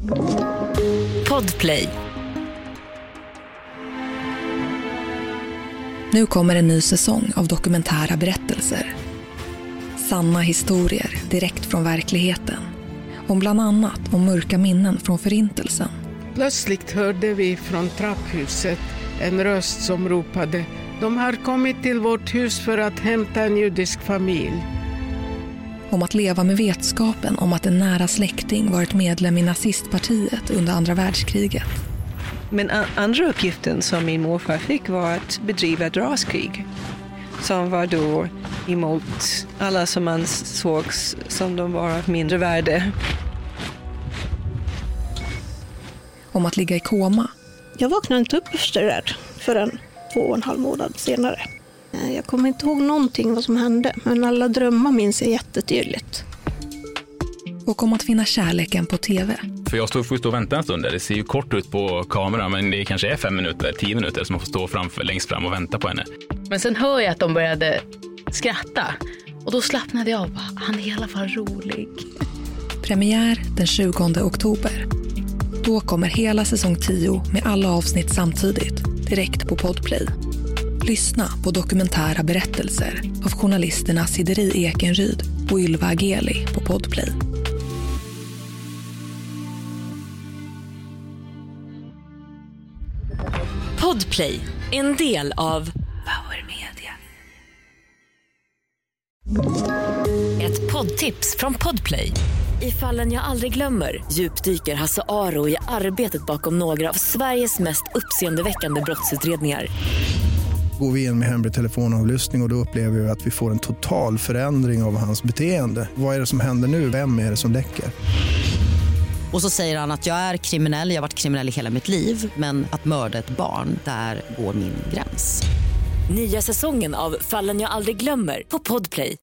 Podplay. Nu kommer en ny säsong av dokumentära berättelser. Sanna historier direkt från verkligheten. Om bland annat om mörka minnen från Förintelsen. Plötsligt hörde vi från trapphuset en röst som ropade: de har kommit till vårt hus för att hämta en judisk familj. Om att leva med vetskapen om att en nära släkting varit medlem i nazistpartiet under andra världskriget. Men andra uppgiften som min morfar fick var att bedriva ett raskrig. Som var då emot alla som man såg som de var av mindre värde. Om att ligga i koma. Jag vaknade inte upp efter det där förrän 2,5 månader senare. Jag kommer inte ihåg någonting vad som hände, men alla drömmar minns jag jättetydligt. Och om att finna kärleken på tv. För jag får stå och vänta en stund där. Det ser ju kort ut på kameran, men det kanske är 5 minuter, 10 minuter som man får stå längst fram och vänta på henne. Men sen hör jag att de började skratta. Och då slappnade jag av. Han är i alla fall rolig. Premiär den 20 oktober. Då kommer hela säsong 10 med alla avsnitt samtidigt. Direkt på Podplay. Lyssna på dokumentära berättelser av journalisterna Sideri Ekenryd och Ylva Ageli på Podplay. Podplay, en del av Power Media. Ett poddtips från Podplay. I Fallen jag aldrig glömmer djupdyker Hasse Aro i arbetet bakom några av Sveriges mest uppseendeväckande brottsutredningar. Går vi in med hemlig telefonavlyssning och då upplever vi att vi får en total förändring av hans beteende. Vad är det som händer nu? Vem är det som läcker? Och så säger han att jag är kriminell, jag har varit kriminell i hela mitt liv. Men att mörda ett barn, där går min gräns. Nya säsongen av Fallen jag aldrig glömmer på Podplay.